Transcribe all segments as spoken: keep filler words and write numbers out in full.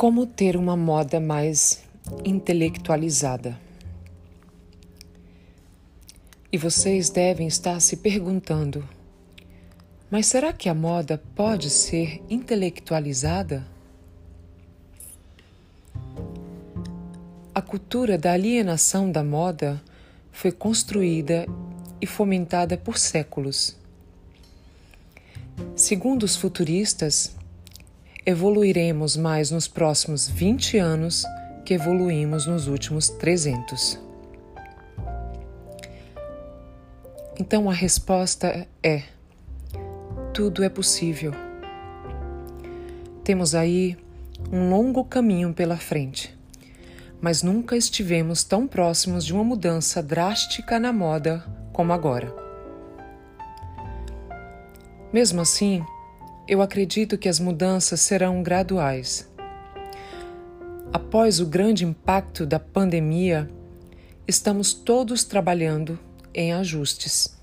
Como ter uma moda mais intelectualizada? E vocês devem estar se perguntando: mas será que a moda pode ser intelectualizada? A cultura da alienação da moda foi construída e fomentada por séculos. Segundo os futuristas, evoluiremos mais nos próximos vinte anos que evoluímos nos últimos trezentos. Então a resposta é: tudo é possível. Temos aí um longo caminho pela frente, mas nunca estivemos tão próximos de uma mudança drástica na moda como agora. Mesmo assim, eu acredito que as mudanças serão graduais. Após o grande impacto da pandemia, estamos todos trabalhando em ajustes.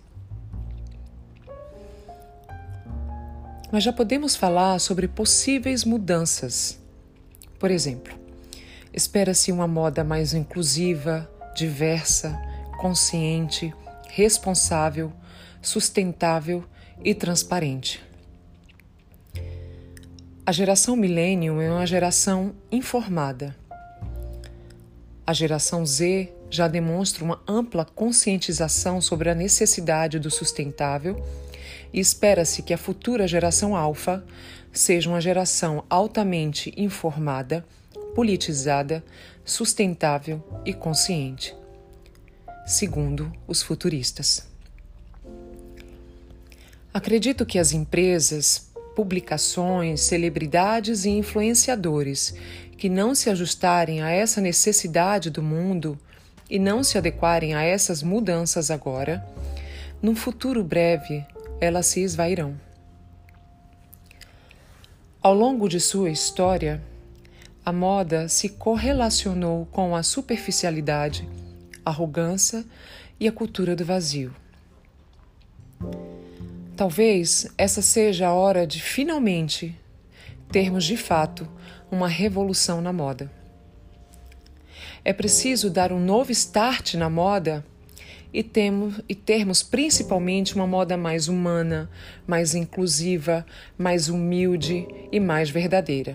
Mas já podemos falar sobre possíveis mudanças. Por exemplo, espera-se uma moda mais inclusiva, diversa, consciente, responsável, sustentável e transparente. A geração Millennium é uma geração informada. A geração Z já demonstra uma ampla conscientização sobre a necessidade do sustentável e espera-se que a futura geração Alpha seja uma geração altamente informada, politizada, sustentável e consciente, segundo os futuristas. Acredito que as empresas, publicações, celebridades e influenciadores que não se ajustarem a essa necessidade do mundo e não se adequarem a essas mudanças agora, num futuro breve, elas se esvairão. Ao longo de sua história, a moda se correlacionou com a superficialidade, arrogância e a cultura do vazio. Talvez essa seja a hora de finalmente termos de fato uma revolução na moda. É preciso dar um novo start na moda e, temos, e termos principalmente uma moda mais humana, mais inclusiva, mais humilde e mais verdadeira.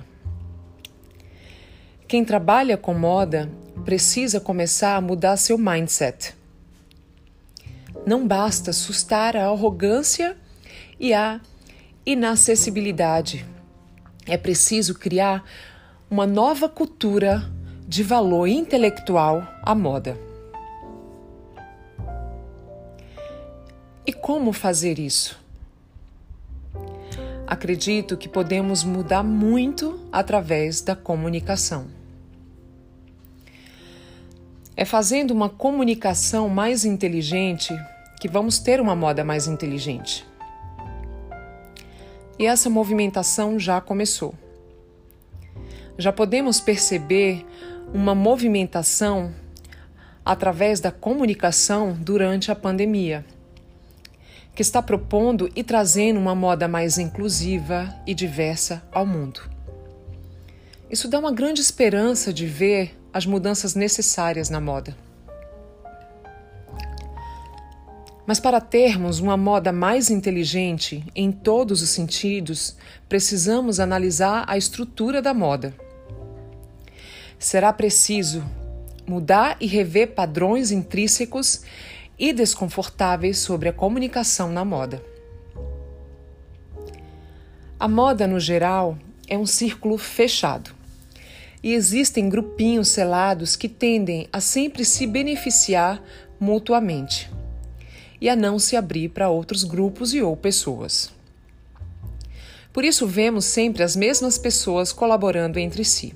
Quem trabalha com moda precisa começar a mudar seu mindset. Não basta sustar a arrogância e a inacessibilidade. É preciso criar uma nova cultura de valor intelectual à moda. E como fazer isso? Acredito que podemos mudar muito através da comunicação. É fazendo uma comunicação mais inteligente que vamos ter uma moda mais inteligente. E essa movimentação já começou. Já podemos perceber uma movimentação através da comunicação durante a pandemia, que está propondo e trazendo uma moda mais inclusiva e diversa ao mundo. Isso dá uma grande esperança de ver as mudanças necessárias na moda. Mas para termos uma moda mais inteligente em todos os sentidos, precisamos analisar a estrutura da moda. Será preciso mudar e rever padrões intrínsecos e desconfortáveis sobre a comunicação na moda. A moda, no geral, é um círculo fechado. E existem grupinhos selados que tendem a sempre se beneficiar mutuamente e a não se abrir para outros grupos e ou pessoas. Por isso vemos sempre as mesmas pessoas colaborando entre si.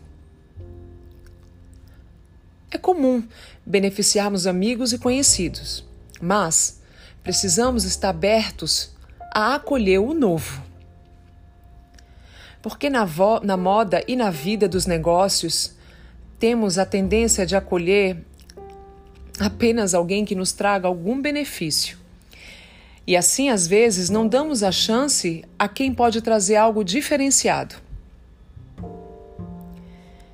É comum beneficiarmos amigos e conhecidos, mas precisamos estar abertos a acolher o novo. Porque na, vo- na moda e na vida dos negócios, temos a tendência de acolher apenas alguém que nos traga algum benefício. E assim, às vezes, não damos a chance a quem pode trazer algo diferenciado.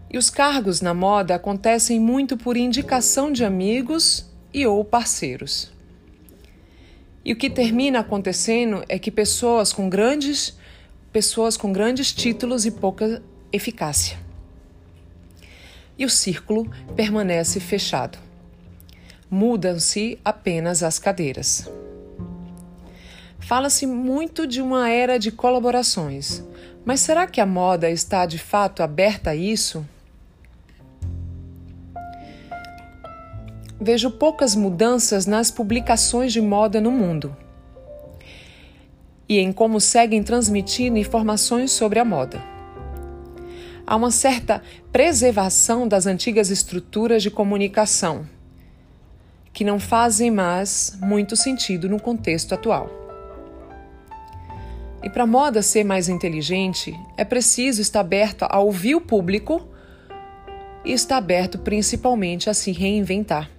E os cargos na moda acontecem muito por indicação de amigos e ou parceiros. E o que termina acontecendo é que pessoas com grandes, pessoas com grandes títulos e pouca eficácia. E o círculo permanece fechado. Mudam-se apenas as cadeiras. Fala-se muito de uma era de colaborações, mas será que a moda está de fato aberta a isso? Vejo poucas mudanças nas publicações de moda no mundo e em como seguem transmitindo informações sobre a moda. Há uma certa preservação das antigas estruturas de comunicação, que não fazem mais muito sentido no contexto atual. E para a moda ser mais inteligente, é preciso estar aberto a ouvir o público e estar aberto principalmente a se reinventar.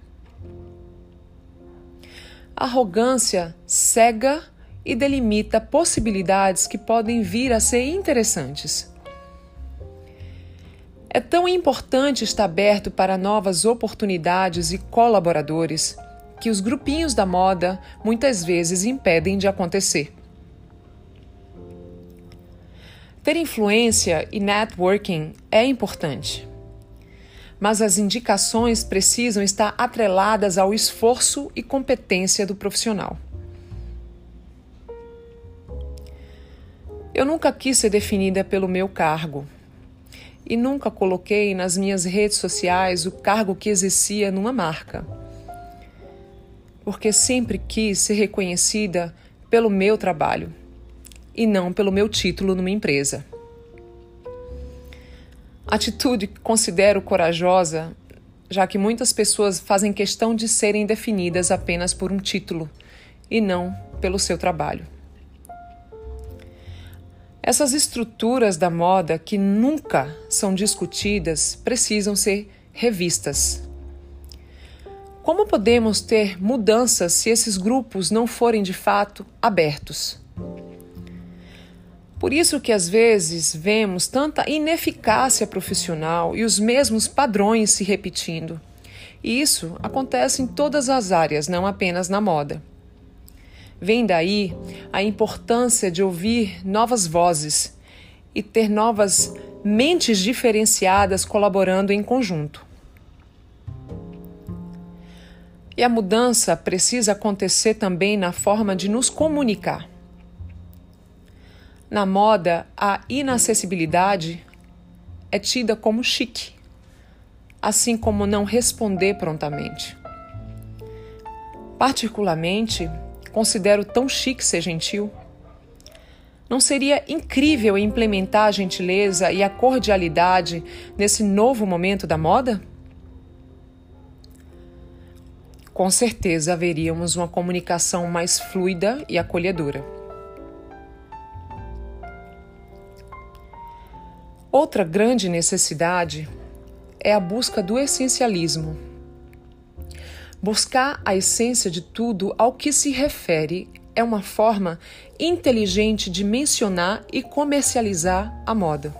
A arrogância cega e delimita possibilidades que podem vir a ser interessantes. É tão importante estar aberto para novas oportunidades e colaboradores que os grupinhos da moda muitas vezes impedem de acontecer. Ter influência e networking é importante, mas as indicações precisam estar atreladas ao esforço e competência do profissional. Eu nunca quis ser definida pelo meu cargo e nunca coloquei nas minhas redes sociais o cargo que exercia numa marca, porque sempre quis ser reconhecida pelo meu trabalho e não pelo meu título numa empresa. Atitude que considero corajosa, já que muitas pessoas fazem questão de serem definidas apenas por um título e não pelo seu trabalho. Essas estruturas da moda que nunca são discutidas precisam ser revistas. Como podemos ter mudanças se esses grupos não forem de fato abertos? Por isso que às vezes vemos tanta ineficácia profissional e os mesmos padrões se repetindo. E isso acontece em todas as áreas, não apenas na moda. Vem daí a importância de ouvir novas vozes e ter novas mentes diferenciadas colaborando em conjunto. E a mudança precisa acontecer também na forma de nos comunicar. Na moda, a inacessibilidade é tida como chique, assim como não responder prontamente. Particularmente, considero tão chique ser gentil. Não seria incrível implementar a gentileza e a cordialidade nesse novo momento da moda? Com certeza haveríamos uma comunicação mais fluida e acolhedora. Outra grande necessidade é a busca do essencialismo. Buscar a essência de tudo ao que se refere é uma forma inteligente de mencionar e comercializar a moda.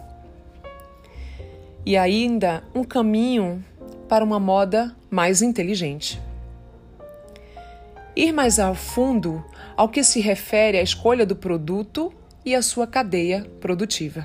E ainda um caminho para uma moda mais inteligente. Ir mais ao fundo ao que se refere à escolha do produto e à sua cadeia produtiva.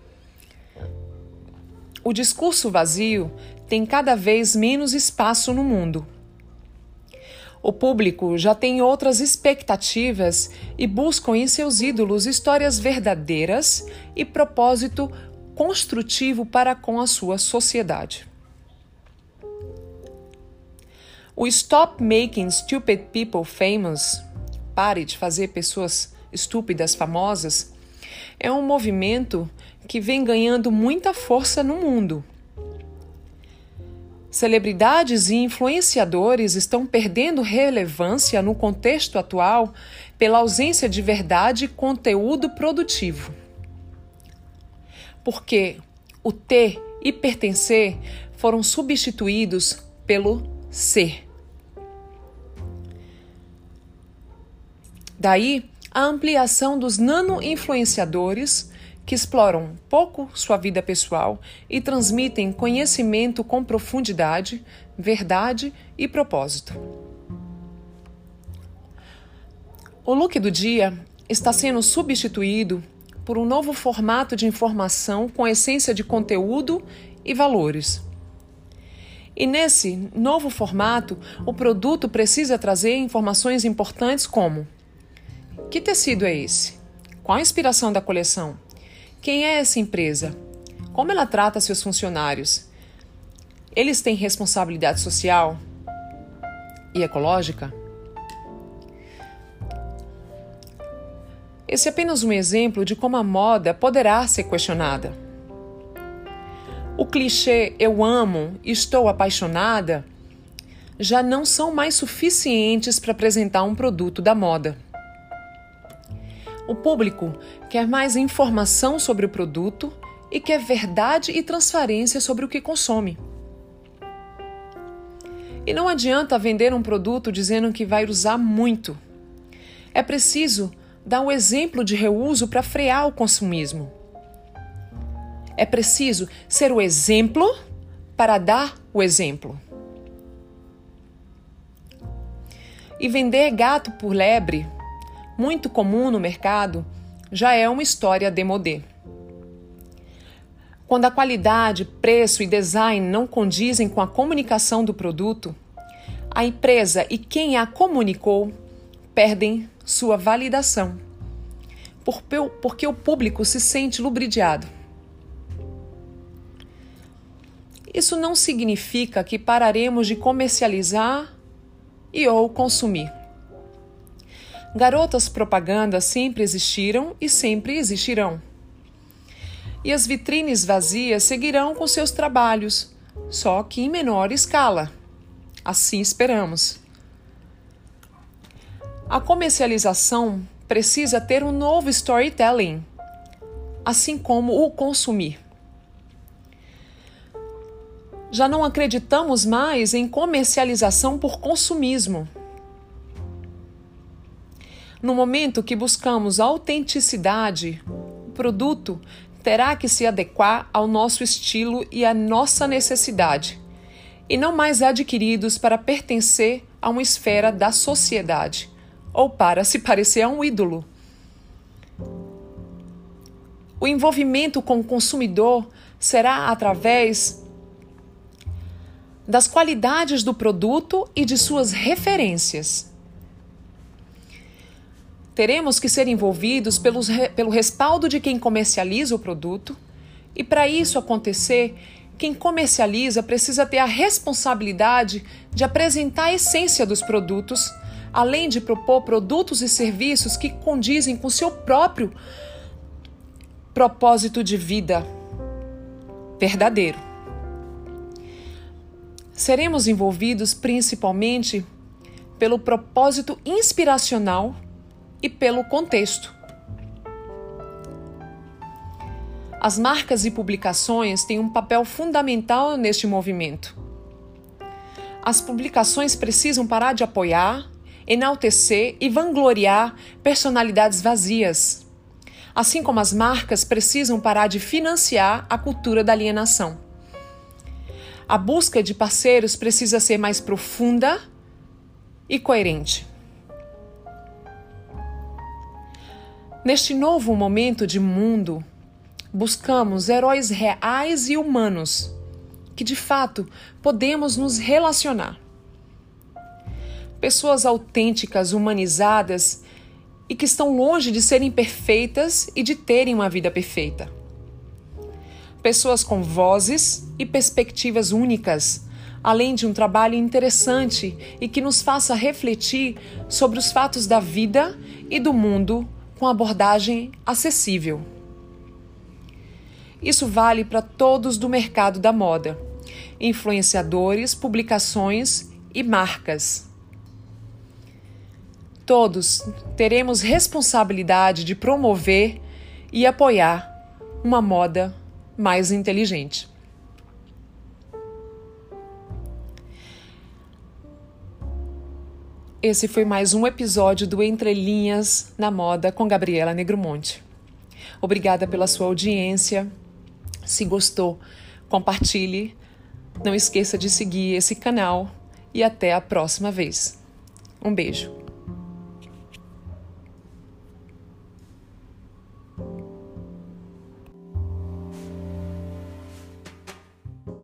O discurso vazio tem cada vez menos espaço no mundo. O público já tem outras expectativas e buscam em seus ídolos histórias verdadeiras e propósito construtivo para com a sua sociedade. O Stop Making Stupid People Famous, pare de fazer pessoas estúpidas famosas, é um movimento que vem ganhando muita força no mundo. Celebridades e influenciadores estão perdendo relevância no contexto atual pela ausência de verdade e conteúdo produtivo. Porque o ter e pertencer foram substituídos pelo ser. Daí a ampliação dos nano-influenciadores que exploram pouco sua vida pessoal e transmitem conhecimento com profundidade, verdade e propósito. O look do dia está sendo substituído por um novo formato de informação com essência de conteúdo e valores. E nesse novo formato, o produto precisa trazer informações importantes como: que tecido é esse? Qual a inspiração da coleção? Quem é essa empresa? Como ela trata seus funcionários? Eles têm responsabilidade social e ecológica? Esse é apenas um exemplo de como a moda poderá ser questionada. O clichê "eu amo, estou apaixonada" já não são mais suficientes para apresentar um produto da moda. O público quer mais informação sobre o produto e quer verdade e transparência sobre o que consome. E não adianta vender um produto dizendo que vai usar muito. É preciso dar um exemplo de reuso para frear o consumismo. É preciso ser o exemplo para dar o exemplo. E vender gato por lebre, muito comum no mercado, já é uma história démodé. Quando a qualidade, preço e design não condizem com a comunicação do produto, a empresa e quem a comunicou perdem sua validação, porque o público se sente lubridiado. Isso não significa que pararemos de comercializar e ou consumir. Garotas propagandas sempre existiram e sempre existirão. E as vitrines vazias seguirão com seus trabalhos, só que em menor escala. Assim esperamos. A comercialização precisa ter um novo storytelling, assim como o consumir. Já não acreditamos mais em comercialização por consumismo. No momento que buscamos autenticidade, o produto terá que se adequar ao nosso estilo e à nossa necessidade, e não mais adquiridos para pertencer a uma esfera da sociedade, ou para se parecer a um ídolo. O envolvimento com o consumidor será através das qualidades do produto e de suas referências. Teremos que ser envolvidos pelos, pelo respaldo de quem comercializa o produto, e para isso acontecer, quem comercializa precisa ter a responsabilidade de apresentar a essência dos produtos, além de propor produtos e serviços que condizem com seu próprio propósito de vida verdadeiro. Seremos envolvidos principalmente pelo propósito inspiracional e pelo contexto. As marcas e publicações têm um papel fundamental neste movimento. As publicações precisam parar de apoiar, enaltecer e vangloriar personalidades vazias, assim como as marcas precisam parar de financiar a cultura da alienação. A busca de parceiros precisa ser mais profunda e coerente. Neste novo momento de mundo, buscamos heróis reais e humanos, que de fato podemos nos relacionar. Pessoas autênticas, humanizadas e que estão longe de serem perfeitas e de terem uma vida perfeita. Pessoas com vozes e perspectivas únicas, além de um trabalho interessante e que nos faça refletir sobre os fatos da vida e do mundo com abordagem acessível. Isso vale para todos do mercado da moda, influenciadores, publicações e marcas. Todos teremos responsabilidade de promover e apoiar uma moda mais inteligente. Esse foi mais um episódio do Entre Linhas na Moda com Gabriela Negromonte. Obrigada pela sua audiência. Se gostou, compartilhe. Não esqueça de seguir esse canal e até a próxima vez. Um beijo.